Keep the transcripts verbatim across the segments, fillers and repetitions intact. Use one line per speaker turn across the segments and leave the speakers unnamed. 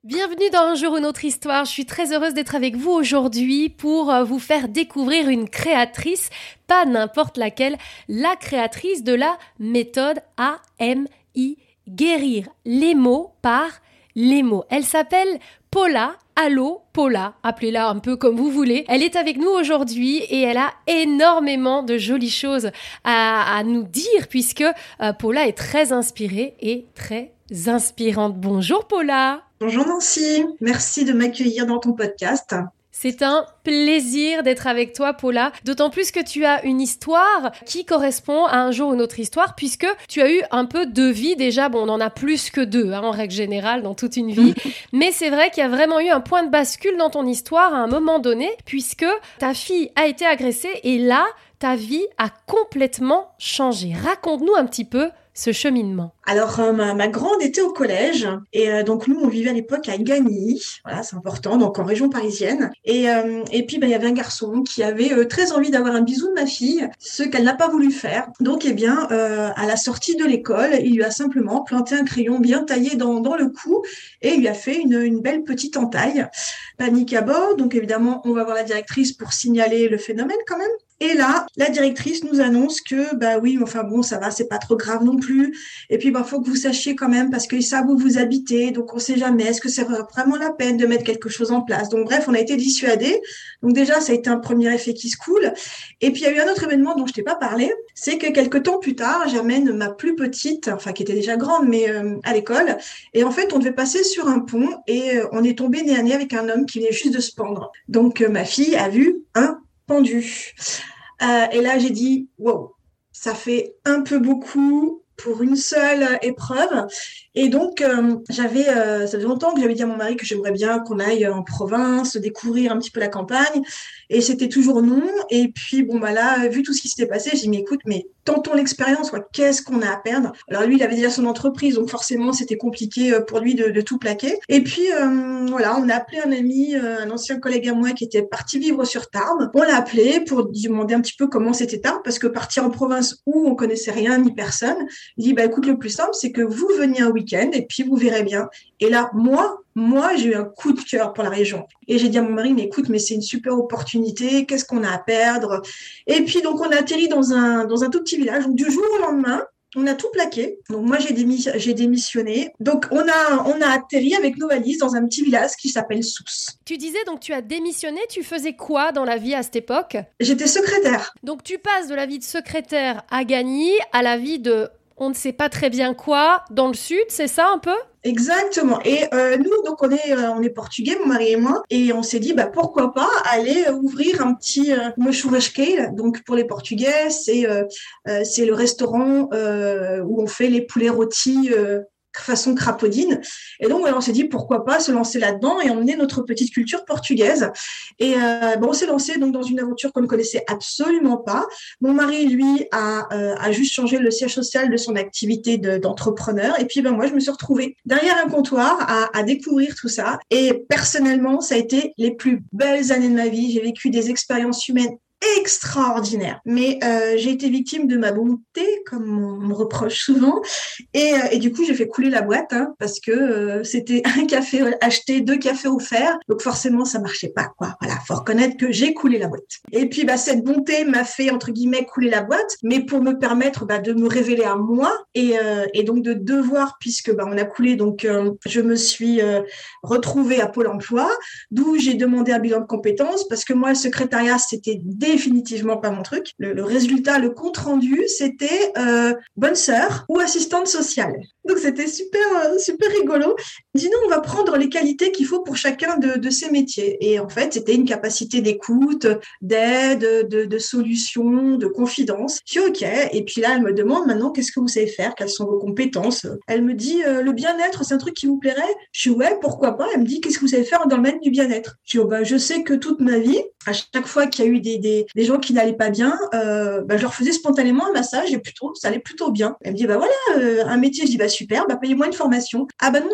Bienvenue dans Un jour une autre histoire. Je suis très heureuse d'être avec vous aujourd'hui pour vous faire découvrir une créatrice, pas n'importe laquelle, la créatrice de la méthode A M I, guérir les mots par les mots. Elle s'appelle Paula. Allô, Paula, appelez-la un peu comme vous voulez. Elle est avec nous aujourd'hui et elle a énormément de jolies choses à, à nous dire puisque euh, Paula est très inspirée et très inspirante. Bonjour Paula.
Bonjour Nancy, merci de m'accueillir dans ton podcast.
C'est un plaisir d'être avec toi, Paula, d'autant plus que tu as une histoire qui correspond à Un jour ou une autre histoire, puisque tu as eu un peu deux vies déjà. Bon, on en a plus que deux, hein, en règle générale, dans toute une vie. Mais c'est vrai qu'il y a vraiment eu un point de bascule dans ton histoire à un moment donné, puisque ta fille a été agressée et là, ta vie a complètement changé. Raconte-nous un petit peu ce cheminement.
Alors, euh, ma, ma grande était au collège et euh, donc nous, on vivait à l'époque à Gagny, voilà, c'est important, donc en région parisienne. Et, euh, et puis, bah, il y avait un garçon qui avait euh, très envie d'avoir un bisou de ma fille, ce qu'elle n'a pas voulu faire. Donc, eh bien, euh, à la sortie de l'école, il lui a simplement planté un crayon bien taillé dans, dans le cou et il lui a fait une, une belle petite entaille. Panique à bord, donc évidemment, on va voir la directrice pour signaler le phénomène quand même. Et là, la directrice nous annonce que, bah oui, enfin bon, ça va, c'est pas trop grave non plus. Et puis, bah, faut que vous sachiez quand même, parce qu'ils savent où vous habitez, donc on sait jamais, est-ce que c'est vraiment la peine de mettre quelque chose en place? Donc bref, on a été dissuadés. Donc déjà, ça a été un premier effet qui se coule. Et puis, il y a eu un autre événement dont je t'ai pas parlé, c'est que quelques temps plus tard, j'amène ma plus petite, enfin, qui était déjà grande, mais euh, à l'école. Et en fait, on devait passer sur un pont et euh, on est tombé nez à nez avec un homme qui venait juste de se pendre. Donc, euh, ma fille a vu un pendu. Euh, et là, j'ai dit, wow, ça fait un peu beaucoup pour une seule épreuve. Et donc, euh, j'avais, euh, ça faisait longtemps que j'avais dit à mon mari que j'aimerais bien qu'on aille en province, découvrir un petit peu la campagne. Et c'était toujours non. Et puis, bon, bah là, vu tout ce qui s'était passé, j'ai dit, mais écoute, mais tentons l'expérience, quoi. Qu'est-ce qu'on a à perdre? Alors lui, il avait déjà son entreprise, donc forcément, c'était compliqué pour lui de, de tout plaquer. Et puis, euh, voilà, on a appelé un ami, euh, un ancien collègue à moi qui était parti vivre sur Tarbes. On l'a appelé pour lui demander un petit peu comment c'était Tarbes, parce que partir en province où on connaissait rien ni personne, il dit, bah écoute, le plus simple, c'est que vous veniez un week-end et puis vous verrez bien. Et là, moi, moi, j'ai eu un coup de cœur pour la région. Et j'ai dit à mon mari, mais écoute, mais c'est une super opportunité, qu'est-ce qu'on a à perdre? Et puis, donc, on a atterri dans un, dans un tout petit village. Donc, du jour au lendemain, on a tout plaqué. Donc, moi, j'ai, démis, j'ai démissionné. Donc, on a, on a atterri avec nos valises dans un petit village qui s'appelle Sousse.
Tu disais donc tu as démissionné, tu faisais quoi dans la vie à cette époque?
J'étais secrétaire.
Donc, tu passes de la vie de secrétaire à Gagny à la vie de on ne sait pas très bien quoi dans le sud, c'est ça un peu?
Exactement. Et euh, nous, donc on est, euh, on est portugais, mon mari et moi, et on s'est dit, bah pourquoi pas aller euh, ouvrir un petit euh, churrasqueira. Donc pour les Portugais, c'est euh, euh, c'est le restaurant euh, où on fait les poulets rôtis euh, façon crapaudine. Et donc voilà, on s'est dit pourquoi pas se lancer là-dedans et emmener notre petite culture portugaise. Et euh, bon, on s'est lancé donc dans une aventure qu'on ne connaissait absolument pas. Mon mari, lui, a, euh, a juste changé le siège social de son activité de, d'entrepreneur. Et puis ben moi, je me suis retrouvée derrière un comptoir à, à découvrir tout ça. Et personnellement, ça a été les plus belles années de ma vie. J'ai vécu des expériences humaines extraordinaire. Mais euh, j'ai été victime de ma bonté, comme on me reproche souvent. Et, euh, et du coup, j'ai fait couler la boîte hein, parce que euh, c'était un café acheté, deux cafés offerts. Donc forcément, ça marchait pas. Quoi. Voilà, faut reconnaître que j'ai coulé la boîte. Et puis, bah, cette bonté m'a fait, entre guillemets, couler la boîte, mais pour me permettre bah, de me révéler à moi et, euh, et donc de devoir, puisque bah, on a coulé, donc euh, je me suis euh, retrouvée à Pôle emploi, d'où j'ai demandé un bilan de compétences parce que moi, le secrétariat, c'était dé définitivement pas mon truc. Le, le résultat, le compte rendu, c'était euh, bonne sœur ou assistante sociale. Donc c'était super euh, super rigolo. Sinon, on va prendre les qualités qu'il faut pour chacun de, de ces métiers. Et en fait, c'était une capacité d'écoute, d'aide, de, de solution, de confidence. Je dis ok. Et puis là, elle me demande maintenant qu'est-ce que vous savez faire, quelles sont vos compétences. Elle me dit euh, le bien-être, c'est un truc qui vous plairait. Je dis ouais, pourquoi pas. Elle me dit qu'est-ce que vous savez faire dans le domaine du bien-être. Je dis oh, bah, je sais que toute ma vie, à chaque fois qu'il y a eu des, des, des gens qui n'allaient pas bien, euh, bah, je leur faisais spontanément un massage et plutôt, ça allait plutôt bien. Elle me dit bah voilà, euh, un métier. Je dis bah super, bah payez-moi une formation. Ah bah non, ça rentre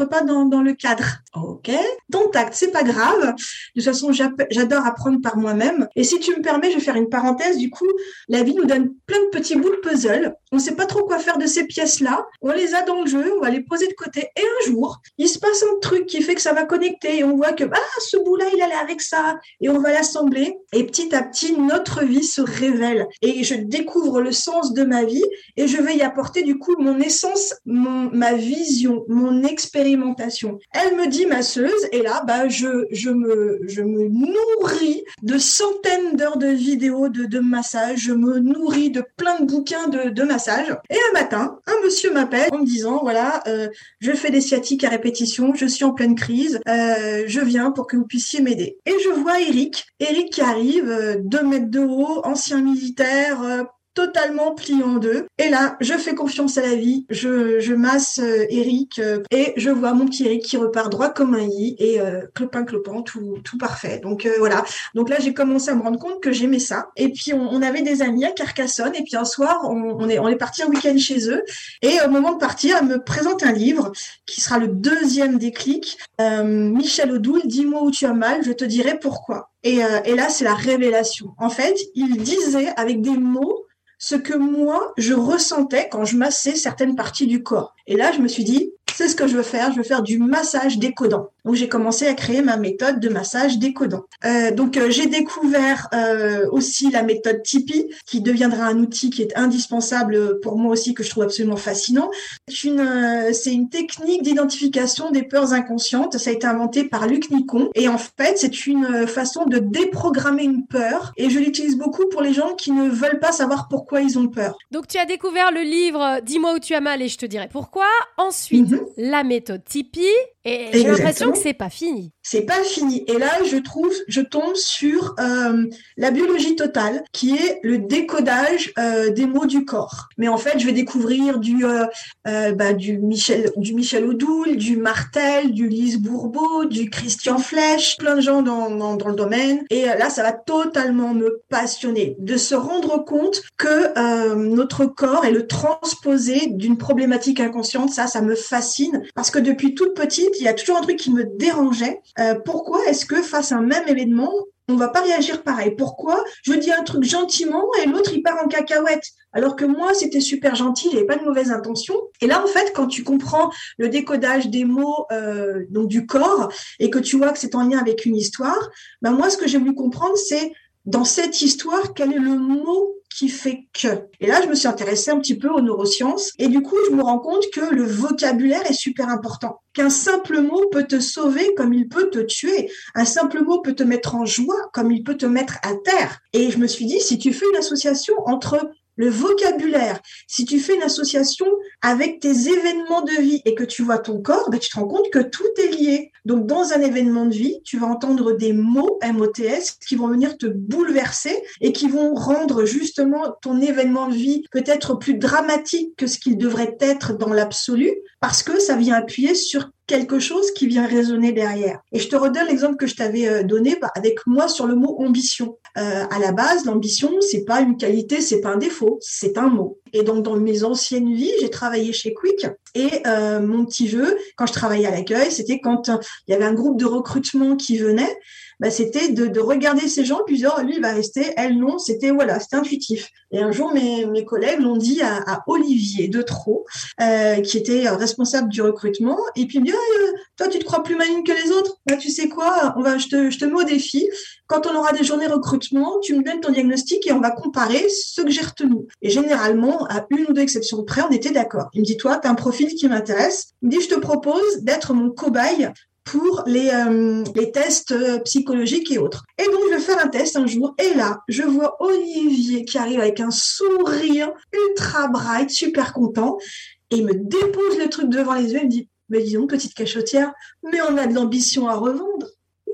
pas dans, dans le cadre. Ok, ton tact, c'est pas grave. De toute façon, j'adore apprendre par moi-même. Et si tu me permets, je vais faire une parenthèse. Du coup, la vie nous donne plein de petits bouts de puzzle. On sait pas trop quoi faire de ces pièces-là. On les a dans le jeu, on va les poser de côté. Et un jour, il se passe un truc qui fait que ça va connecter. Et on voit que, ah, ce bout-là, il allait avec ça. Et on va l'assembler. Et petit à petit, notre vie se révèle. Et je découvre le sens de ma vie. Et je vais y apporter, du coup, mon essence, mon, ma vision, mon expérimentation. Elle me dit masseuse. Et là, bah, je, je me, je me nourris de centaines d'heures de vidéos de, de massage. Je me nourris de plein de bouquins de, de massage. Et un matin, un monsieur m'appelle en me disant, voilà, euh, je fais des sciatiques à répétition, je suis en pleine crise, euh, je viens pour que vous puissiez m'aider. Et je vois Eric, Eric qui arrive, euh, deux mètres de haut, ancien militaire, euh, totalement plié en deux. Et là, je fais confiance à la vie, je, je masse euh, Eric euh, et je vois mon petit Eric qui repart droit comme un i et euh, clopin clopin, tout, tout parfait. Donc euh, voilà. Donc là, j'ai commencé à me rendre compte que j'aimais ça. Et puis on, on avait des amis à Carcassonne et puis un soir, on, on est on est parti un week-end chez eux. Et au moment de partir, elle me présente un livre qui sera le deuxième déclic. Euh, Michel Odoul, dis-moi où tu as mal, je te dirai pourquoi. Et, euh, et là, c'est la révélation. En fait, il disait avec des mots ce que moi, je ressentais quand je massais certaines parties du corps. Et là, je me suis dit, c'est ce que je veux faire, je veux faire du massage décodant. Donc, j'ai commencé à créer ma méthode de massage décodant. Euh, donc, euh, j'ai découvert euh, aussi la méthode Tipeee, qui deviendra un outil qui est indispensable pour moi aussi, que je trouve absolument fascinant. C'est une, euh, c'est une technique d'identification des peurs inconscientes. Ça a été inventé par Luc Nicon. Et en fait, c'est une façon de déprogrammer une peur. Et je l'utilise beaucoup pour les gens qui ne veulent pas savoir pourquoi ils ont peur.
Donc, tu as découvert le livre « Dis-moi où tu as mal et je te dirai pourquoi ». Ensuite, mm-hmm. la méthode Tipeee. Et j'ai Exactement. l'impression que c'est pas fini.
C'est pas fini. Et là, je trouve, je tombe sur euh, la biologie totale, qui est le décodage euh, des mots du corps. Mais en fait, je vais découvrir du euh, euh, bah, du Michel, du Michel Odoul, du Martel, du Lise Bourbeau, du Christian Flech, plein de gens dans, dans, dans le domaine. Et là, ça va totalement me passionner de se rendre compte que euh, notre corps est le transposé d'une problématique inconsciente. Ça, ça me fascine parce que depuis toute petite, il y a toujours un truc qui me dérangeait. Euh, pourquoi est-ce que face à un même événement, on va pas réagir pareil? Pourquoi je dis un truc gentiment et l'autre, il part en cacahuète? Alors que moi, c'était super gentil, j'avais pas de mauvaise intention. Et là, en fait, quand tu comprends le décodage des mots euh, donc du corps et que tu vois que c'est en lien avec une histoire, ben moi, ce que j'ai voulu comprendre, c'est dans cette histoire, quel est le mot qui fait que. Et là, je me suis intéressée un petit peu aux neurosciences et du coup, je me rends compte que le vocabulaire est super important. Qu'un simple mot peut te sauver comme il peut te tuer. Un simple mot peut te mettre en joie comme il peut te mettre à terre. Et je me suis dit, si tu fais une association entre le vocabulaire, si tu fais une association avec tes événements de vie et que tu vois ton corps, ben tu te rends compte que tout est lié. Donc, dans un événement de vie, tu vas entendre des mots, M O T S, qui vont venir te bouleverser et qui vont rendre justement ton événement de vie peut-être plus dramatique que ce qu'il devrait être dans l'absolu, parce que ça vient appuyer sur quelque chose qui vient résonner derrière. Et je te redonne l'exemple que je t'avais donné bah, avec moi sur le mot ambition. Euh, à la base, l'ambition, c'est pas une qualité, c'est pas un défaut, c'est un mot. Et donc, dans mes anciennes vies, j'ai travaillé chez Quick et euh, mon petit jeu, quand je travaillais à l'accueil, c'était quand euh, il y avait un groupe de recrutement qui venait, bah, c'était de, de regarder ces gens, puis dire, oh, lui, il va rester, elle, non, c'était, voilà, c'était intuitif. Et un jour, mes, mes collègues l'ont dit à, à Olivier Detros, euh, qui était responsable du recrutement, et puis il me dit, ah, euh, toi, tu te crois plus maligne que les autres? Bah, tu sais quoi, on va, je te, je te mets au défi. Quand on aura des journées recrutement, tu me donnes ton diagnostic et on va comparer ce que j'ai retenu. Et généralement, à une ou deux exceptions près, on était d'accord. Il me dit, toi, tu as un profil qui m'intéresse. Il me dit, je te propose d'être mon cobaye pour les, euh, les tests euh, psychologiques et autres. Et donc, je vais faire un test un jour. Et là, je vois Olivier qui arrive avec un sourire ultra bright, super content. Et il me dépose le truc devant les yeux. Il me dit, mais dis donc, petite cachotière, mais on a de l'ambition à revendre.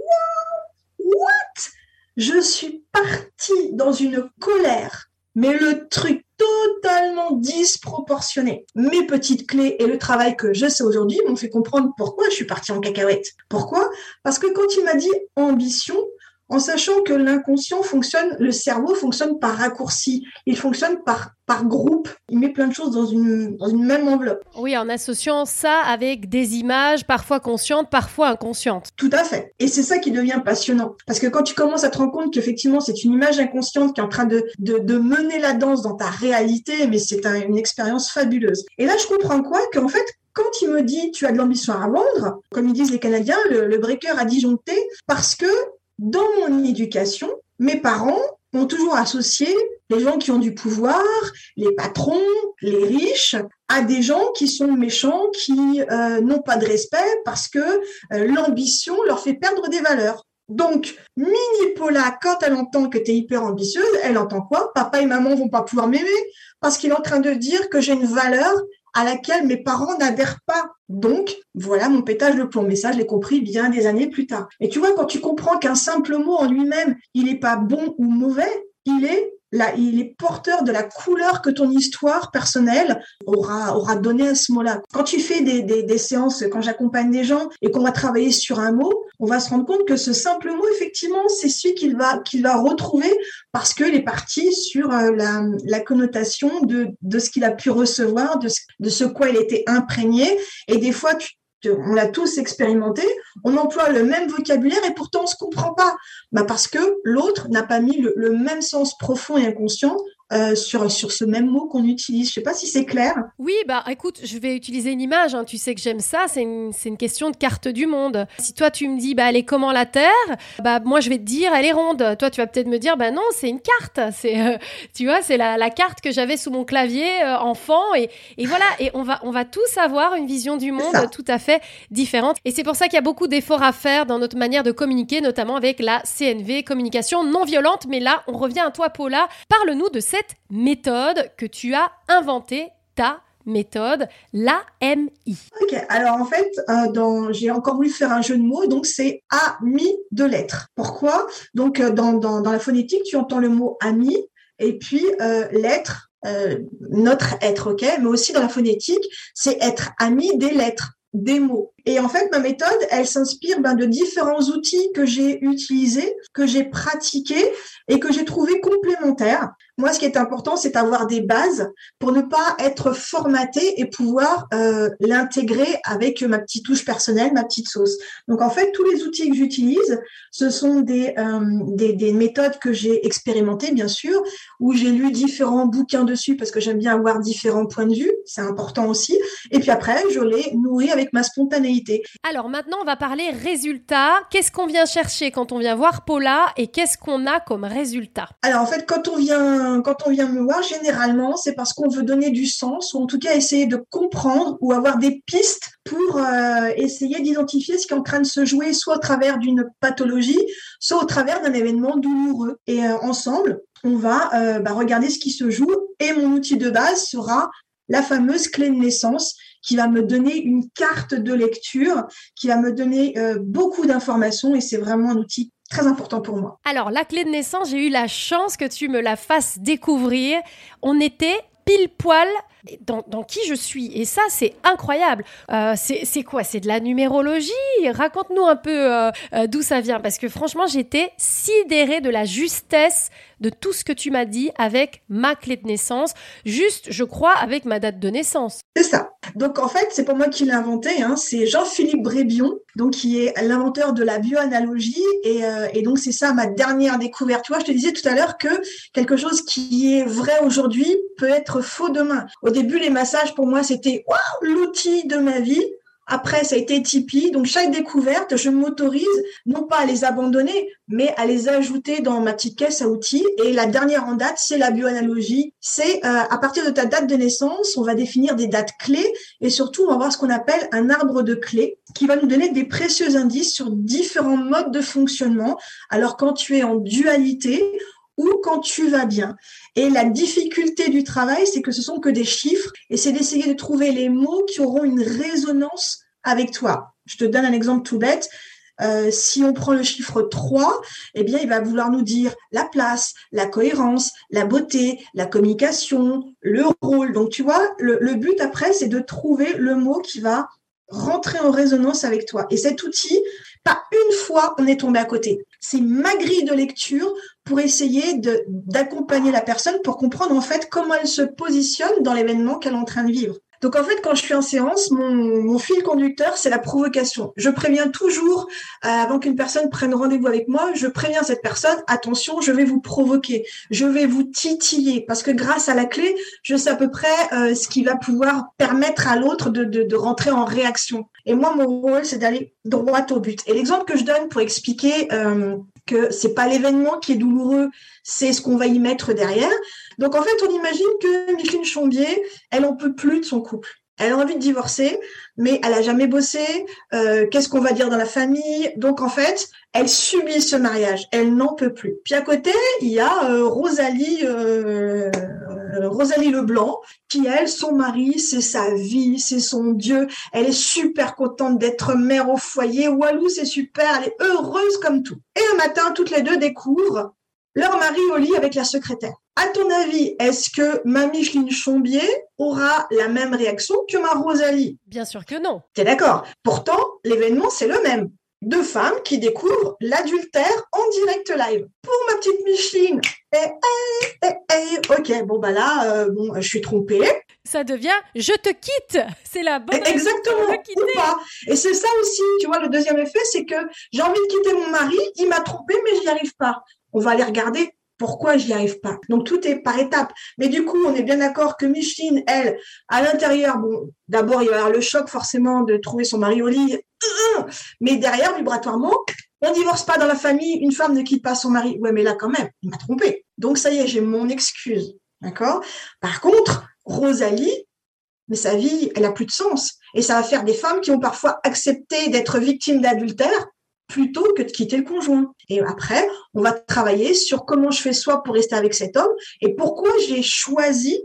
What? Je suis partie dans une colère, mais le truc totalement disproportionné. Mes petites clés et le travail que je sais aujourd'hui m'ont fait comprendre pourquoi je suis partie en cacahuète. Pourquoi? Parce que quand il m'a dit ambition, en sachant que l'inconscient fonctionne, le cerveau fonctionne par raccourci, il fonctionne par, par groupe, il met plein de choses dans une, dans une même enveloppe.
Oui, en associant ça avec des images, parfois conscientes, parfois inconscientes.
Tout à fait. Et c'est ça qui devient passionnant. Parce que quand tu commences à te rendre compte qu'effectivement, c'est une image inconsciente qui est en train de, de, de mener la danse dans ta réalité, mais c'est un, une expérience fabuleuse. Et là, je comprends quoi? Qu'en fait, quand il me dit tu as de l'ambition à vendre, comme ils disent les Canadiens, le, le breaker a disjoncté, parce que dans mon éducation, mes parents ont toujours associé les gens qui ont du pouvoir, les patrons, les riches, à des gens qui sont méchants, qui euh, n'ont pas de respect parce que euh, l'ambition leur fait perdre des valeurs. Donc, Mini Paula, quand elle entend que tu es hyper ambitieuse, elle entend quoi? Papa et maman vont pas pouvoir m'aimer parce qu'il est en train de dire que j'ai une valeur à laquelle mes parents n'adhèrent pas. Donc, voilà mon pétage de plomb. Mais ça, je l'ai compris bien des années plus tard. Et tu vois, quand tu comprends qu'un simple mot en lui-même, il n'est pas bon ou mauvais, il est là, il est porteur de la couleur que ton histoire personnelle aura, aura donné à ce mot-là. Quand tu fais des, des, des séances, quand j'accompagne des gens et qu'on va travailler sur un mot, on va se rendre compte que ce simple mot, effectivement, c'est celui qu'il va, qu'il va retrouver parce qu'il est parti sur la, la connotation de, de ce qu'il a pu recevoir, de ce, de ce quoi il était imprégné. Et des fois, tu on l'a tous expérimenté, on emploie le même vocabulaire et pourtant on se comprend pas. Bah parce que l'autre n'a pas mis le, le même sens profond et inconscient euh, sur, sur ce même mot qu'on utilise. Je sais pas si c'est clair.
Oui, bah écoute, je vais utiliser une image, hein. Tu sais que j'aime ça, c'est une, c'est une question de carte du monde. Si toi tu me dis, bah elle est comment la Terre, bah moi je vais te dire, elle est ronde. Toi tu vas peut-être me dire, bah non, c'est une carte. C'est, euh, tu vois, c'est la, la carte que j'avais sous mon clavier euh, enfant. Et, et voilà, et on va, on va tous avoir une vision du monde tout à fait différente. Et c'est pour ça qu'il y a beaucoup d'efforts à faire dans notre manière de communiquer, notamment avec la C N V, communication non violente. Mais là, on revient à toi, Paula. Parle-nous de cette méthode que tu as inventée, ta méthode, l'A M I.
Ok, alors en fait, euh, dans, j'ai encore voulu faire un jeu de mots, donc c'est ami de lettres. Pourquoi? Donc euh, dans, dans, dans la phonétique, tu entends le mot ami et puis euh, lettre, euh, notre être, ok? Mais aussi dans la phonétique, c'est être ami des lettres, des mots. Et en fait, ma méthode, elle s'inspire ben, de différents outils que j'ai utilisés, que j'ai pratiqués et que j'ai trouvés complémentaires. Moi, ce qui est important, c'est d'avoir des bases pour ne pas être formaté et pouvoir euh, l'intégrer avec ma petite touche personnelle, ma petite sauce. Donc, en fait, tous les outils que j'utilise, ce sont des, euh, des, des méthodes que j'ai expérimentées, bien sûr, où j'ai lu différents bouquins dessus parce que j'aime bien avoir différents points de vue. C'est important aussi. Et puis après, je les nourris avec ma spontanéité.
Alors maintenant, on va parler résultats. Qu'est-ce qu'on vient chercher quand on vient voir Paula et qu'est-ce qu'on a comme résultat?
Alors en fait, quand on vient, quand on vient me voir, généralement, c'est parce qu'on veut donner du sens ou en tout cas essayer de comprendre ou avoir des pistes pour euh, essayer d'identifier ce qui est en train de se jouer, soit au travers d'une pathologie, soit au travers d'un événement douloureux. Et euh, ensemble, on va euh, bah, regarder ce qui se joue et mon outil de base sera la fameuse clé de naissance qui va me donner une carte de lecture, qui va me donner euh, beaucoup d'informations et c'est vraiment un outil très important pour moi.
Alors, la clé de naissance, j'ai eu la chance que tu me la fasses découvrir. On était pile poil dans, dans qui je suis. Et ça, c'est incroyable. Euh, c'est, c'est quoi? C'est de la numérologie? Raconte-nous un peu euh, euh, d'où ça vient. Parce que franchement, j'étais sidérée de la justesse de tout ce que tu m'as dit avec ma clé de naissance. Juste, je crois, avec ma date de naissance.
C'est ça. Donc, en fait, c'est pas moi qui l'ai inventé. Hein. C'est Jean-Philippe Brébion, donc, qui est l'inventeur de la bioanalogie. Et, euh, et donc, c'est ça ma dernière découverte. Tu vois, je te disais tout à l'heure que quelque chose qui est vrai aujourd'hui peut être faux demain. Au début, les massages, pour moi, c'était waouh, l'outil de ma vie. Après, ça a été Tipeee. Donc, chaque découverte, je m'autorise non pas à les abandonner, mais à les ajouter dans ma petite caisse à outils. Et la dernière en date, c'est la bioanalogie. C'est euh, à partir de ta date de naissance, on va définir des dates clés et surtout, on va voir ce qu'on appelle un arbre de clés qui va nous donner des précieux indices sur différents modes de fonctionnement. Alors, quand tu es en dualité ou quand tu vas bien. Et la difficulté du travail, c'est que ce sont que des chiffres et c'est d'essayer de trouver les mots qui auront une résonance avec toi. Je te donne un exemple tout bête. Euh, si on prend le chiffre trois, eh bien, il va vouloir nous dire la place, la cohérence, la beauté, la communication, le rôle. Donc, tu vois, le, le but après, c'est de trouver le mot qui va rentrer en résonance avec toi. Et cet outil, pas une fois, on est tombé à côté. C'est ma grille de lecture pour essayer de, d'accompagner la personne pour comprendre en fait comment elle se positionne dans l'événement qu'elle est en train de vivre. Donc en fait, quand je suis en séance, mon, mon fil conducteur, c'est la provocation. Je préviens toujours, euh, avant qu'une personne prenne rendez-vous avec moi, je préviens cette personne, attention, je vais vous provoquer, je vais vous titiller, parce que grâce à la clé, je sais à peu près euh, ce qui va pouvoir permettre à l'autre de, de, de rentrer en réaction. Et moi, mon rôle, c'est d'aller droit au but. Et l'exemple que je donne pour expliquer euh, que c'est pas l'événement qui est douloureux, c'est ce qu'on va y mettre derrière. Donc, en fait, on imagine que Micheline Chambier, elle en peut plus de son couple. Elle a envie de divorcer, mais elle a jamais bossé. Euh, qu'est-ce qu'on va dire dans la famille? Donc, en fait, elle subit ce mariage. Elle n'en peut plus. Puis à côté, il y a euh, Rosalie, euh, euh, Rosalie Leblanc, qui, elle, son mari, c'est sa vie, c'est son Dieu. Elle est super contente d'être mère au foyer. Walou, c'est super. Elle est heureuse comme tout. Et un matin, toutes les deux découvrent leur mari au lit avec la secrétaire. À ton avis, est-ce que ma Micheline Chambier aura la même réaction que ma Rosalie?
Bien sûr que non.
T'es d'accord? Pourtant, l'événement, c'est le même. Deux femmes qui découvrent l'adultère en direct live. Pour ma petite Micheline, eh, eh, eh, eh, ok, bon bah là, euh, bon, je suis trompée.
Ça devient « je te quitte ». C'est la bonne réponse.
Exactement, ou pas. Et c'est ça aussi, tu vois, le deuxième effet, c'est que j'ai envie de quitter mon mari, il m'a trompée, mais j'y arrive pas. On va aller regarder pourquoi j'y arrive pas. Donc, tout est par étapes. Mais du coup, on est bien d'accord que Micheline, elle, à l'intérieur, bon, d'abord, il va y avoir le choc, forcément, de trouver son mari au lit. Mais derrière, vibratoirement, on divorce pas dans la famille, une femme ne quitte pas son mari. Ouais, mais là, quand même, il m'a trompée. Donc, ça y est, j'ai mon excuse. D'accord? Par contre, Rosalie, mais sa vie, elle a plus de sens. Et ça va faire des femmes qui ont parfois accepté d'être victimes d'adultère plutôt que de quitter le conjoint. Et après, on va travailler sur comment je fais soit pour rester avec cet homme et pourquoi j'ai choisi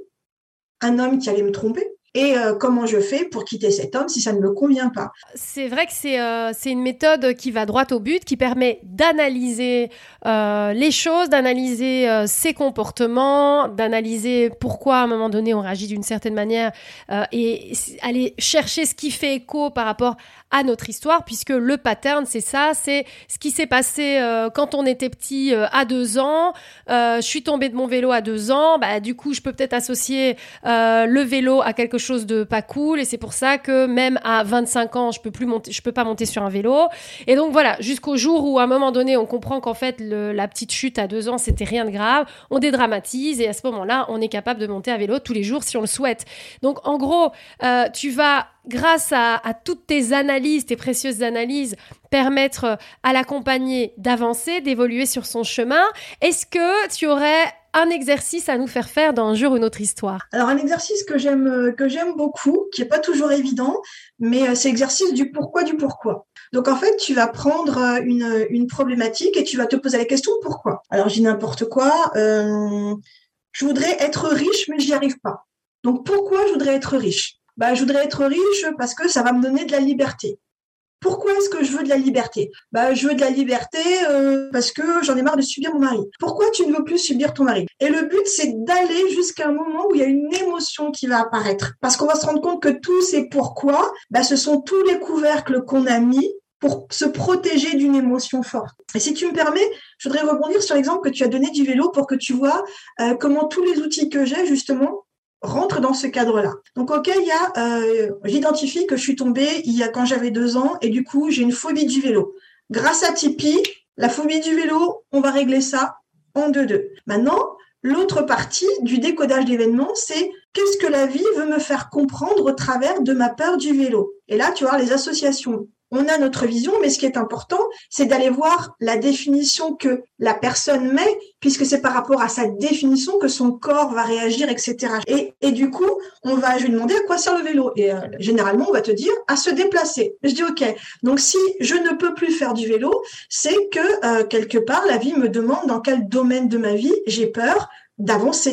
un homme qui allait me tromper. Et euh, comment je fais pour quitter cet homme si ça ne me convient pas.
C'est vrai que c'est, euh, c'est une méthode qui va droit au but, qui permet d'analyser euh, les choses, d'analyser euh, ses comportements, d'analyser pourquoi à un moment donné on réagit d'une certaine manière euh, et aller chercher ce qui fait écho par rapport à notre histoire, puisque le pattern, c'est ça, c'est ce qui s'est passé euh, quand on était petit euh, à deux ans. Euh, je suis tombée de mon vélo à deux ans, bah, du coup, je peux peut-être associer euh, le vélo à quelque chose de pas cool, et c'est pour ça que même à vingt-cinq ans, je peux plus monter, je peux pas monter sur un vélo. Et donc voilà, jusqu'au jour où à un moment donné, on comprend qu'en fait, le, la petite chute à deux ans, c'était rien de grave, on dédramatise, et à ce moment-là, on est capable de monter à vélo tous les jours si on le souhaite. Donc en gros, euh, tu vas grâce à, à toutes tes analyses, tes précieuses analyses, permettre à l'accompagné d'avancer, d'évoluer sur son chemin. Est-ce que tu aurais un exercice à nous faire faire dans Un jour une autre histoire?
Alors un exercice que j'aime que j'aime beaucoup, qui est pas toujours évident, mais c'est l'exercice du pourquoi du pourquoi. Donc en fait, tu vas prendre une une problématique et tu vas te poser la question pourquoi. Alors je dis n'importe quoi. Euh, je voudrais être riche, mais j'y arrive pas. Donc pourquoi je voudrais être riche? Bah, je voudrais être riche parce que ça va me donner de la liberté. Pourquoi est-ce que je veux de la liberté? Bah, je veux de la liberté euh, parce que j'en ai marre de subir mon mari. Pourquoi tu ne veux plus subir ton mari? Et le but, c'est d'aller jusqu'à un moment où il y a une émotion qui va apparaître. Parce qu'on va se rendre compte que tous ces pourquoi, bah, ce sont tous les couvercles qu'on a mis pour se protéger d'une émotion forte. Et si tu me permets, je voudrais rebondir sur l'exemple que tu as donné du vélo pour que tu vois euh, comment tous les outils que j'ai, justement, rentre dans ce cadre-là. Donc, ok, il y a, euh, j'identifie que je suis tombée il y a quand j'avais deux ans et du coup, j'ai une phobie du vélo. Grâce à Tipeee, la phobie du vélo, on va régler ça en deux-deux. Maintenant, l'autre partie du décodage d'événements, c'est qu'est-ce que la vie veut me faire comprendre au travers de ma peur du vélo. Et là, tu vois, les associations. On a notre vision, mais ce qui est important, c'est d'aller voir la définition que la personne met, puisque c'est par rapport à sa définition que son corps va réagir, et cetera. Et, et du coup, on va, je vais lui demander à quoi sert le vélo. Et euh, généralement, on va te dire à se déplacer. Je dis ok. Donc, si je ne peux plus faire du vélo, c'est que euh, quelque part, la vie me demande dans quel domaine de ma vie j'ai peur d'avancer.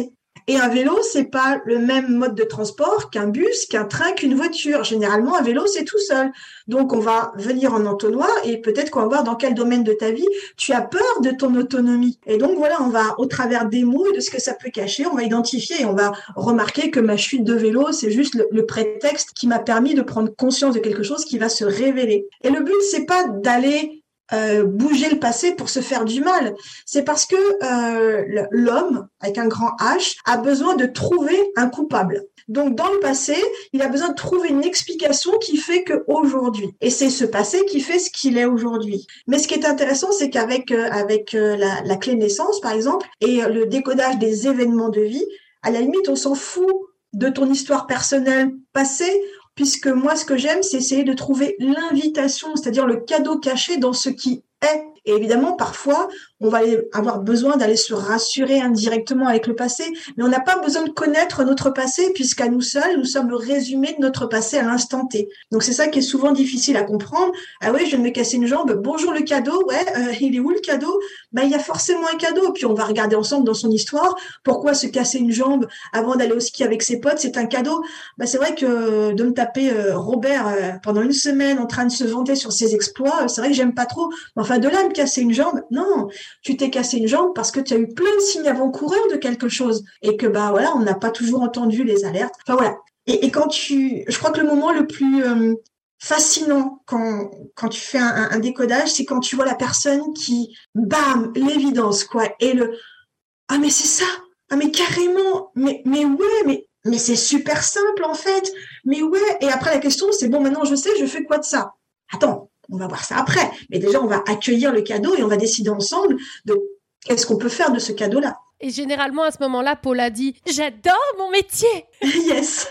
Et un vélo, c'est pas le même mode de transport qu'un bus, qu'un train, qu'une voiture. Généralement, un vélo, c'est tout seul. Donc, on va venir en entonnoir et peut-être qu'on va voir dans quel domaine de ta vie tu as peur de ton autonomie. Et donc, voilà, on va, au travers des mots et de ce que ça peut cacher, on va identifier et on va remarquer que ma chute de vélo, c'est juste le, le prétexte qui m'a permis de prendre conscience de quelque chose qui va se révéler. Et le but, c'est pas d'aller Euh, bouger le passé pour se faire du mal. C'est parce que euh, l'homme, avec un grand H, a besoin de trouver un coupable. Donc, dans le passé, il a besoin de trouver une explication qui fait qu'aujourd'hui. Et c'est ce passé qui fait ce qu'il est aujourd'hui. Mais ce qui est intéressant, c'est qu'avec euh, avec euh, la, la clé de naissance, par exemple, et euh, le décodage des événements de vie, à la limite, on s'en fout de ton histoire personnelle passée, puisque moi, ce que j'aime, c'est essayer de trouver l'invitation, c'est-à-dire le cadeau caché dans ce qui est. Et évidemment, parfois, on va avoir besoin d'aller se rassurer indirectement avec le passé, mais on n'a pas besoin de connaître notre passé, puisqu'à nous seuls, nous sommes le résumé de notre passé à l'instant T. Donc, c'est ça qui est souvent difficile à comprendre. Ah oui, je viens de me casser une jambe. Bonjour le cadeau. Ouais, euh, il est où le cadeau? Ben, il y a forcément un cadeau. Puis, on va regarder ensemble dans son histoire. Pourquoi se casser une jambe avant d'aller au ski avec ses potes, c'est un cadeau? Ben, c'est vrai que de me taper euh, Robert euh, pendant une semaine en train de se vanter sur ses exploits, euh, c'est vrai que j'aime pas trop. Mais enfin, de là, me casser une jambe, non. Tu t'es cassé une jambe parce que tu as eu plein de signes avant-coureurs de quelque chose et que bah voilà, on n'a pas toujours entendu les alertes. Enfin voilà. Et, et quand tu, je crois que le moment le plus euh, fascinant quand quand tu fais un, un décodage, c'est quand tu vois la personne qui, bam, l'évidence quoi, et le ah mais c'est ça, ah mais carrément, mais mais ouais, mais mais c'est super simple en fait, mais ouais. Et après la question c'est bon, maintenant je sais, je fais quoi de ça? Attends. On va voir ça après. Mais déjà, on va accueillir le cadeau et on va décider ensemble de qu'est-ce qu'on peut faire de ce cadeau-là.
Et généralement, à ce moment-là, Paul a dit « J'adore mon métier !»
Yes.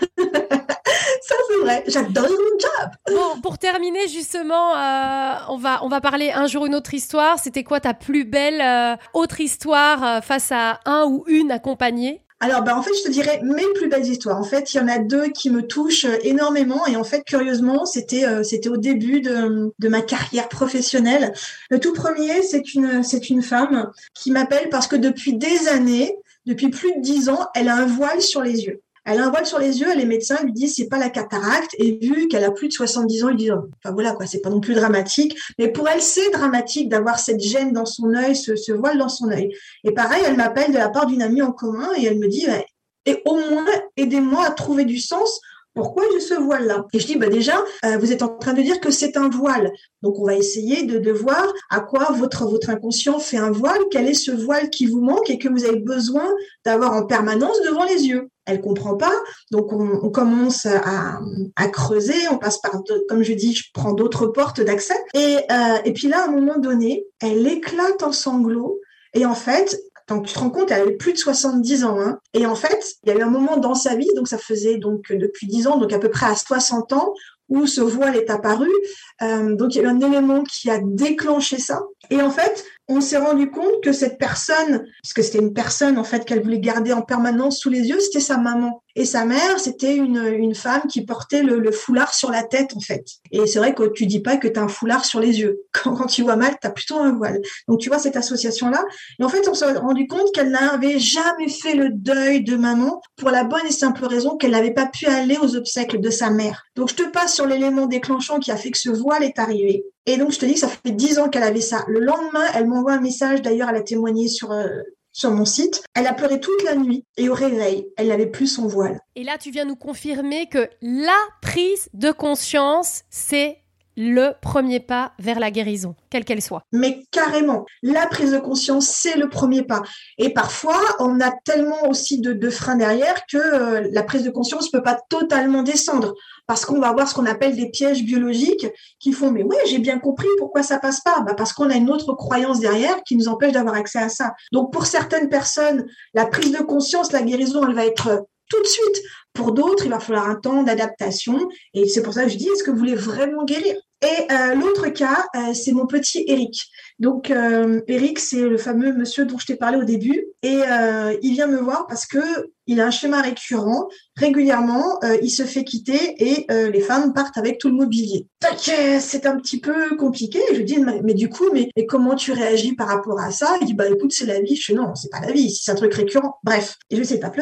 Ça, c'est vrai. J'adore mon job.
Bon, pour terminer, justement, euh, on va, on va parler un jour une autre histoire. C'était quoi ta plus belle euh, autre histoire euh, face à un ou une accompagnée?
Alors, bah, en fait, je te dirais mes plus belles histoires. En fait, il y en a deux qui me touchent énormément. Et en fait, curieusement, c'était euh, c'était au début de, de ma carrière professionnelle. Le tout premier, c'est une c'est une femme qui m'appelle parce que depuis des années, depuis plus de dix ans, elle a un voile sur les yeux. Elle a un voile sur les yeux, et les médecins lui disent c'est pas la cataracte, et vu qu'elle a plus de soixante-dix ans, ils disent enfin voilà quoi, c'est pas non plus dramatique, mais pour elle c'est dramatique d'avoir cette gêne dans son œil, ce, ce voile dans son œil. Et pareil, elle m'appelle de la part d'une amie en commun et elle me dit bah, et au moins aidez-moi à trouver du sens. Pourquoi j'ai ce voile-là? Et je dis, bah déjà, euh, vous êtes en train de dire que c'est un voile. Donc, on va essayer de, de voir à quoi votre, votre inconscient fait un voile, quel est ce voile qui vous manque et que vous avez besoin d'avoir en permanence devant les yeux. Elle comprend pas, donc on, on commence à, à creuser, on passe par, comme je dis, je prends d'autres portes d'accès. Et, euh, et puis là, à un moment donné, elle éclate en sanglots et en fait, donc, tu te rends compte, elle avait plus de soixante-dix ans. Hein. Et en fait, il y a eu un moment dans sa vie, donc ça faisait donc depuis dix ans, donc à peu près à soixante ans, où ce voile est apparu. Euh, donc, il y a eu un élément qui a déclenché ça. Et en fait, on s'est rendu compte que cette personne, puisque c'était une personne en fait qu'elle voulait garder en permanence sous les yeux, c'était sa maman. Et sa mère, c'était une, une femme qui portait le, le foulard sur la tête en fait. Et c'est vrai que tu dis pas que tu as un foulard sur les yeux. Quand, quand tu vois mal, tu as plutôt un voile. Donc tu vois cette association-là. Et en fait, on s'est rendu compte qu'elle n'avait jamais fait le deuil de maman pour la bonne et simple raison qu'elle n'avait pas pu aller aux obsèques de sa mère. Donc je te passe sur l'élément déclenchant qui a fait que ce voile est arrivé. Et donc, je te dis que ça fait dix ans qu'elle avait ça. Le lendemain, elle m'envoie un message. D'ailleurs, elle a témoigné sur, euh, sur mon site. Elle a pleuré toute la nuit. Et au réveil, elle n'avait plus son voile.
Et là, tu viens nous confirmer que la prise de conscience, c'est le premier pas vers la guérison, quelle qu'elle soit.
Mais carrément, la prise de conscience, c'est le premier pas. Et parfois, on a tellement aussi de, de freins derrière que euh, la prise de conscience ne peut pas totalement descendre. Parce qu'on va avoir ce qu'on appelle des pièges biologiques qui font « mais ouais, j'ai bien compris pourquoi ça passe pas ». Bah parce qu'on a une autre croyance derrière qui nous empêche d'avoir accès à ça. Donc pour certaines personnes, la prise de conscience, la guérison, elle va être tout de suite. Pour d'autres, il va falloir un temps d'adaptation. Et c'est pour ça que je dis, est-ce que vous voulez vraiment guérir? Et euh, l'autre cas, euh, c'est mon petit Eric. Donc, euh, Eric, c'est le fameux monsieur dont je t'ai parlé au début. Et euh, il vient me voir parce que il a un schéma récurrent. Régulièrement, euh, il se fait quitter et euh, les femmes partent avec tout le mobilier. Tac, c'est un petit peu compliqué. Je lui dis, mais, mais du coup, mais, mais comment tu réagis par rapport à ça? Il dit, bah écoute, c'est la vie. Je dis, non, c'est pas la vie, c'est un truc récurrent. Bref, et je ne sais pas pleurer.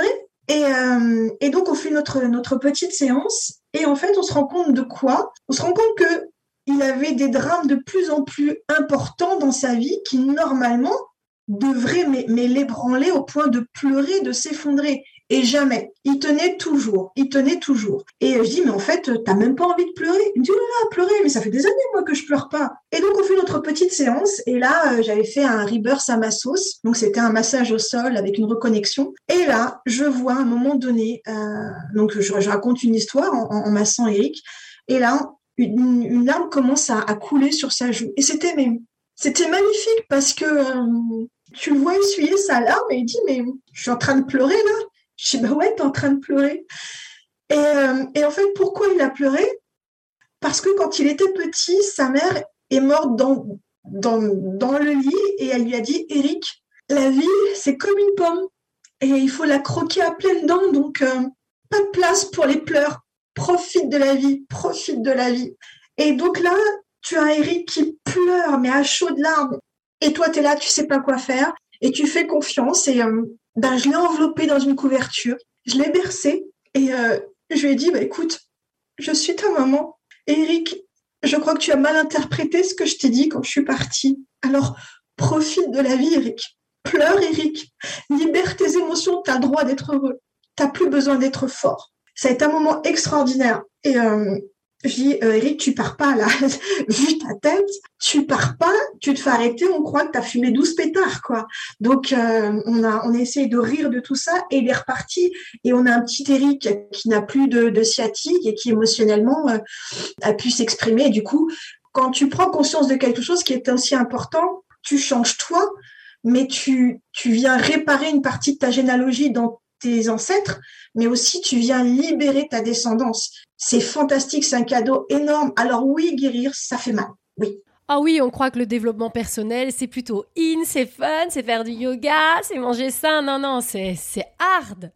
Et, euh, et donc, on fait notre, notre petite séance. Et en fait, on se rend compte de quoi? On se rend compte que il avait des drames de plus en plus importants dans sa vie qui, normalement, devraient mais, mais l'ébranler au point de pleurer, de s'effondrer. Et jamais. Il tenait toujours. Il tenait toujours. Et je dis, mais en fait, t'as même pas envie de pleurer. Il me dit, oh là là, pleurer, mais ça fait des années, moi, que je pleure pas. Et donc, on fait notre petite séance. Et là, euh, j'avais fait un rebirth à ma sauce. Donc, c'était un massage au sol avec une reconnexion. Et là, je vois à un moment donné, euh, donc, je, je raconte une histoire en, en, en massant Eric. Et là, une, une larme commence à, à couler sur sa joue. Et c'était, mais, c'était magnifique parce que euh, tu le vois essuyer sa larme et il dit, mais je suis en train de pleurer là. Je dis, bah ouais, t'es en train de pleurer. Et, euh, et en fait, pourquoi il a pleuré? Parce que quand il était petit, sa mère est morte dans, dans, dans le lit et elle lui a dit, Eric, la vie, c'est comme une pomme et il faut la croquer à pleines dents, donc euh, pas de place pour les pleurs. Profite de la vie, profite de la vie. Et donc là, tu as Eric qui pleure, mais à chaudes larmes. Et toi, t'es là, tu sais pas quoi faire et tu fais confiance et... Euh, Ben, je l'ai enveloppé dans une couverture, je l'ai bercé et euh, je lui ai dit, bah, écoute, je suis ta maman. Et Eric, je crois que tu as mal interprété ce que je t'ai dit quand je suis partie. Alors, profite de la vie, Eric. Pleure, Eric. Libère tes émotions, tu as le droit d'être heureux. Tu n'as plus besoin d'être fort. Ça a été un moment extraordinaire. Et euh, je dis, euh, Eric, tu pars pas là. Vu ta tête, tu pars pas, tu te fais arrêter, on croit que tu as fumé douze pétards, quoi. Donc, euh, on a, on a essayé de rire de tout ça et il est reparti. Et on a un petit Eric qui n'a plus de, de sciatique et qui émotionnellement euh, a pu s'exprimer. Et du coup, quand tu prends conscience de quelque chose qui est aussi important, tu changes toi, mais tu, tu viens réparer une partie de ta généalogie dans tes ancêtres, mais aussi tu viens libérer ta descendance. C'est fantastique, c'est un cadeau énorme. Alors oui, guérir, ça fait mal, oui.
Ah oui, on croit que le développement personnel, c'est plutôt in, c'est fun, c'est faire du yoga, c'est manger sain. Non, non, c'est, c'est hard.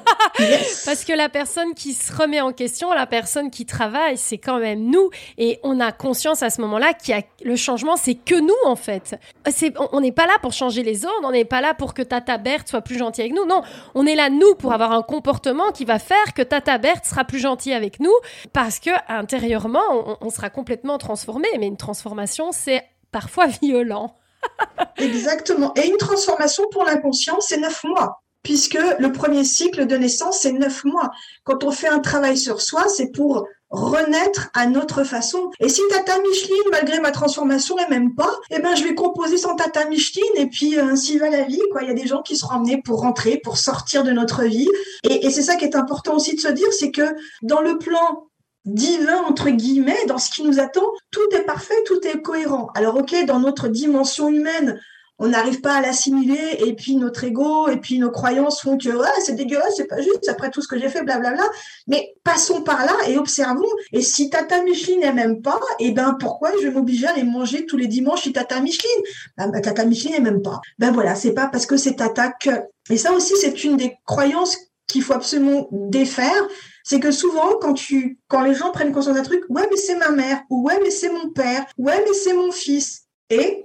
Yes.
Parce que la personne qui se remet en question, la personne qui travaille, c'est quand même nous. Et on a conscience à ce moment-là qu'il y a le changement, c'est que nous en fait. C'est, on n'est pas là pour changer les autres, on n'est pas là pour que Tata Berthe soit plus gentille avec nous. Non, on est là nous pour avoir un comportement qui va faire que Tata Berthe sera plus gentille avec nous parce que intérieurement, on, on sera complètement transformé. Mais une transformation, c'est parfois violent.
Exactement. Et une transformation pour l'inconscient, c'est neuf mois. Puisque le premier cycle de naissance, c'est neuf mois. Quand on fait un travail sur soi, c'est pour renaître à notre façon. Et si Tata Micheline, malgré ma transformation, elle m'aime pas, eh ben, je vais composer sans Tata Micheline et puis euh, ainsi va la vie, quoi. Il y a des gens qui seront amenés pour rentrer, pour sortir de notre vie. Et, et c'est ça qui est important aussi de se dire, c'est que dans le plan divin, entre guillemets, dans ce qui nous attend, tout est parfait, tout est cohérent. Alors, ok, dans notre dimension humaine, on n'arrive pas à l'assimiler et puis notre ego et puis nos croyances font que ouais, c'est dégueulasse, c'est pas juste après tout ce que j'ai fait, blablabla. Mais passons par là et observons. Et si Tata Micheline elle m'aime pas, et eh ben pourquoi je vais m'obliger à aller manger tous les dimanches chez Tata Micheline? Ben, ben, Tata Micheline elle m'aime pas. Ben voilà, c'est pas parce que c'est Tata que. Et ça aussi c'est une des croyances qu'il faut absolument défaire. C'est que souvent quand tu, quand les gens prennent conscience d'un truc, ouais mais c'est ma mère, ou ouais mais c'est mon père, ouais mais c'est mon fils. Et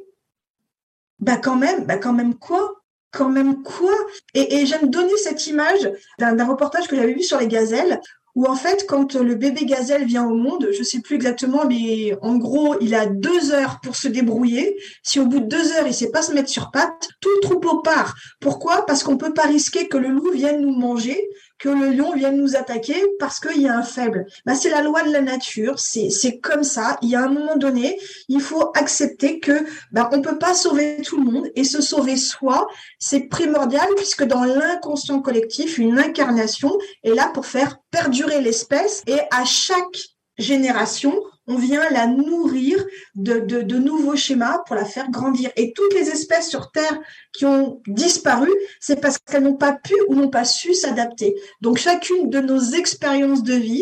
Bah quand même, bah quand même quoi Quand même quoi Et, et j'aime donner cette image d'un, d'un reportage que j'avais vu sur les gazelles, où en fait, quand le bébé gazelle vient au monde, je sais plus exactement, mais en gros, il a deux heures pour se débrouiller. Si au bout de deux heures, il sait pas se mettre sur pattes, tout le troupeau part. Pourquoi? Parce qu'on peut pas risquer que le loup vienne nous manger, que le lion vienne nous attaquer parce qu'il y a un faible. Bah, c'est la loi de la nature, c'est, c'est comme ça. Il y a un moment donné, il faut accepter que bah, on peut pas sauver tout le monde et se sauver soi, c'est primordial puisque dans l'inconscient collectif, une incarnation est là pour faire perdurer l'espèce et à chaque génération, on vient la nourrir de, de, de nouveaux schémas pour la faire grandir. Et toutes les espèces sur Terre qui ont disparu, c'est parce qu'elles n'ont pas pu ou n'ont pas su s'adapter. Donc, chacune de nos expériences de vie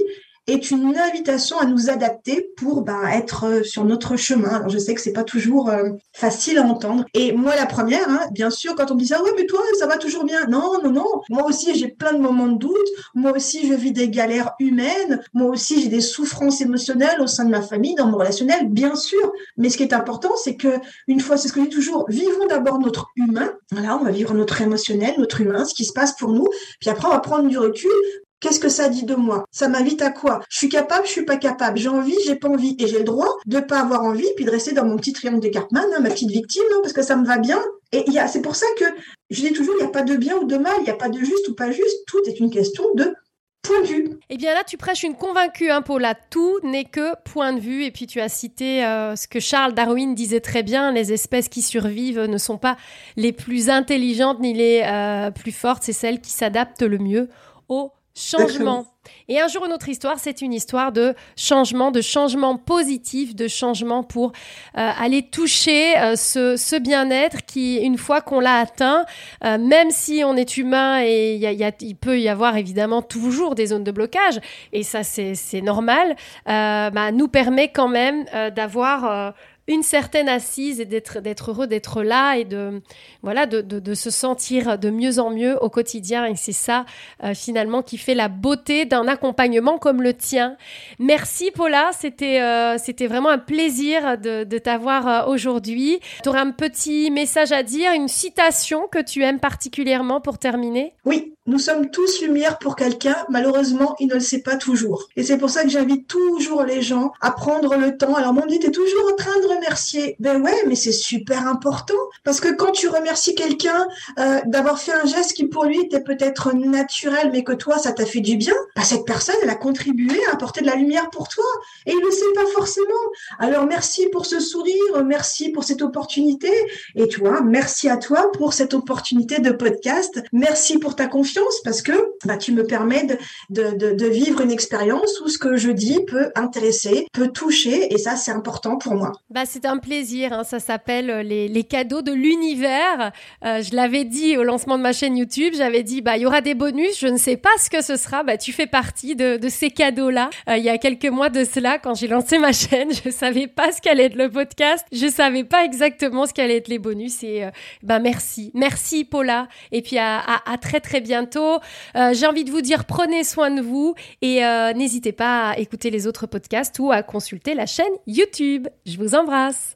est une invitation à nous adapter pour bah, être sur notre chemin. Alors, je sais que c'est pas toujours euh, facile à entendre. Et moi, la première, hein, bien sûr, quand on me dit ça, ouais, mais toi, ça va toujours bien. Non, non, non. Moi aussi, j'ai plein de moments de doute. Moi aussi, je vis des galères humaines. Moi aussi, j'ai des souffrances émotionnelles au sein de ma famille, dans mon relationnel, bien sûr. Mais ce qui est important, c'est que une fois, c'est ce que je dis toujours, vivons d'abord notre humain. Voilà, on va vivre notre émotionnel, notre humain, ce qui se passe pour nous. Puis après, on va prendre du recul. Qu'est-ce que ça dit de moi? Ça m'invite à quoi? Je suis capable, je suis pas capable. J'ai envie, j'ai pas envie. Et j'ai le droit de pas avoir envie, puis de rester dans mon petit triangle de Karpman, hein, ma petite victime, hein, parce que ça me va bien. Et il y a, c'est pour ça que je dis toujours, il n'y a pas de bien ou de mal, il n'y a pas de juste ou pas juste. Tout est une question de point de vue.
Eh bien là, tu prêches une convaincue, hein, Paula. Tout n'est que point de vue. Et puis tu as cité euh, ce que Charles Darwin disait très bien, les espèces qui survivent ne sont pas les plus intelligentes ni les euh, plus fortes, c'est celles qui s'adaptent le mieux au changement. Et un jour, une autre histoire, c'est une histoire de changement, de changement positif, de changement pour euh, aller toucher euh, ce, ce bien-être qui, une fois qu'on l'a atteint, euh, même si on est humain et y a, y a, il peut y avoir évidemment toujours des zones de blocage, et ça c'est, c'est normal, euh, bah, nous permet quand même euh, d'avoir... Euh, une certaine assise et d'être, d'être heureux d'être là et de, voilà, de, de, de se sentir de mieux en mieux au quotidien. Et c'est ça, euh, finalement, qui fait la beauté d'un accompagnement comme le tien. Merci, Paula. C'était, euh, c'était vraiment un plaisir de, de t'avoir euh, aujourd'hui. Tu aurais un petit message à dire, une citation que tu aimes particulièrement pour terminer?
Oui, nous sommes tous lumière pour quelqu'un. Malheureusement, il ne le sait pas toujours. Et c'est pour ça que j'invite toujours les gens à prendre le temps. Alors, mon dit, t'es toujours en train de remercier. Ben ouais, mais c'est super important. Parce que quand tu remercies quelqu'un euh, d'avoir fait un geste qui pour lui était peut-être naturel, mais que toi, ça t'a fait du bien, bah, cette personne, elle a contribué à apporter de la lumière pour toi. Et il ne le sait pas forcément. Alors, merci pour ce sourire, merci pour cette opportunité. Et tu vois, merci à toi pour cette opportunité de podcast. Merci pour ta confiance parce que bah, tu me permets de, de, de, de vivre une expérience où ce que je dis peut intéresser, peut toucher. Et ça, c'est important pour moi.
Bah, c'est un plaisir, hein. Ça s'appelle les, les cadeaux de l'univers. Euh, je l'avais dit au lancement de ma chaîne YouTube, j'avais dit bah il y aura des bonus, je ne sais pas ce que ce sera. Bah tu fais partie de, de ces cadeaux-là. Euh, il y a quelques mois de cela, quand j'ai lancé ma chaîne, je savais pas ce qu'allait être le podcast, je savais pas exactement ce qu'allaient être les bonus. Et euh, bah merci, merci Paula. Et puis à, à, à très très bientôt. Euh, j'ai envie de vous dire prenez soin de vous et euh, n'hésitez pas à écouter les autres podcasts ou à consulter la chaîne YouTube. Je vous embrasse.